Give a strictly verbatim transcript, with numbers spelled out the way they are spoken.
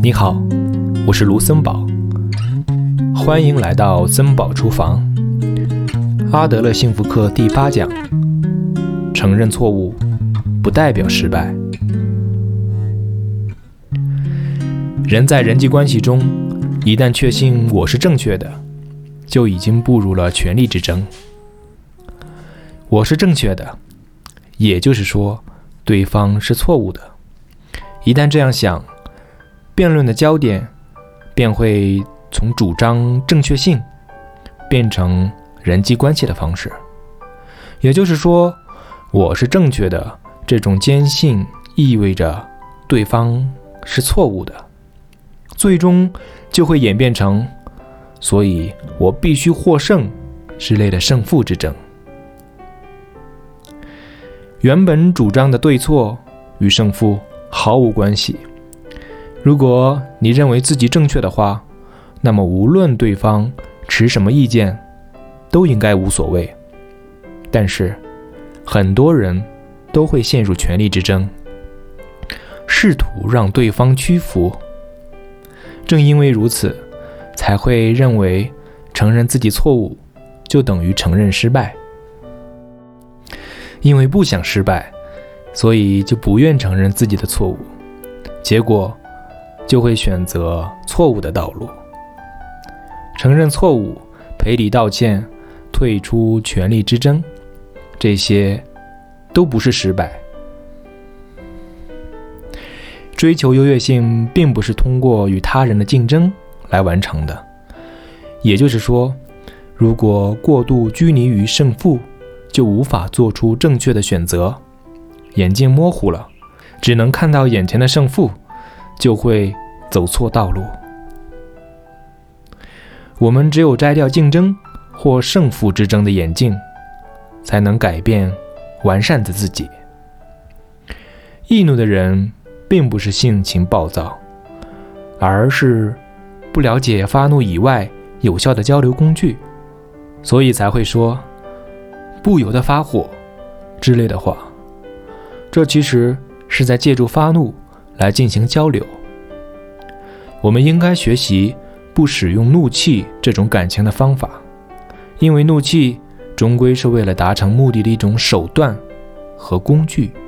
你好，我是卢森堡，欢迎来到森堡厨房。阿德勒幸福课第八讲，承认错误不代表失败。人在人际关系中，一旦确信我是正确的，就已经步入了权力之争。我是正确的，也就是说，对方是错误的。一旦这样想，辩论的焦点便会从主张正确性变成人际关系的方式。也就是说，我是正确的这种坚信意味着对方是错误的，最终就会演变成所以我必须获胜之类的胜负之争。原本主张的对错与胜负毫无关系。如果你认为自己正确的话，那么无论对方持什么意见，都应该无所谓。但是，很多人都会陷入权力之争，试图让对方屈服。正因为如此，才会认为承认自己错误就等于承认失败。因为不想失败，所以就不愿承认自己的错误，结果就会选择错误的道路。承认错误、赔礼道歉、退出权力之争，这些都不是失败。追求优越性并不是通过与他人的竞争来完成的。也就是说，如果过度拘泥于胜负，就无法做出正确的选择，眼睛模糊了，只能看到眼前的胜负，就会走错道路。我们只有摘掉竞争或胜负之争的眼镜，才能改变完善的自己。易怒的人并不是性情暴躁，而是不了解发怒以外有效的交流工具，所以才会说不由得发火之类的话。这其实是在借助发怒来进行交流。我们应该学习不使用怒气这种感情的方法，因为怒气终归是为了达成目的的一种手段和工具。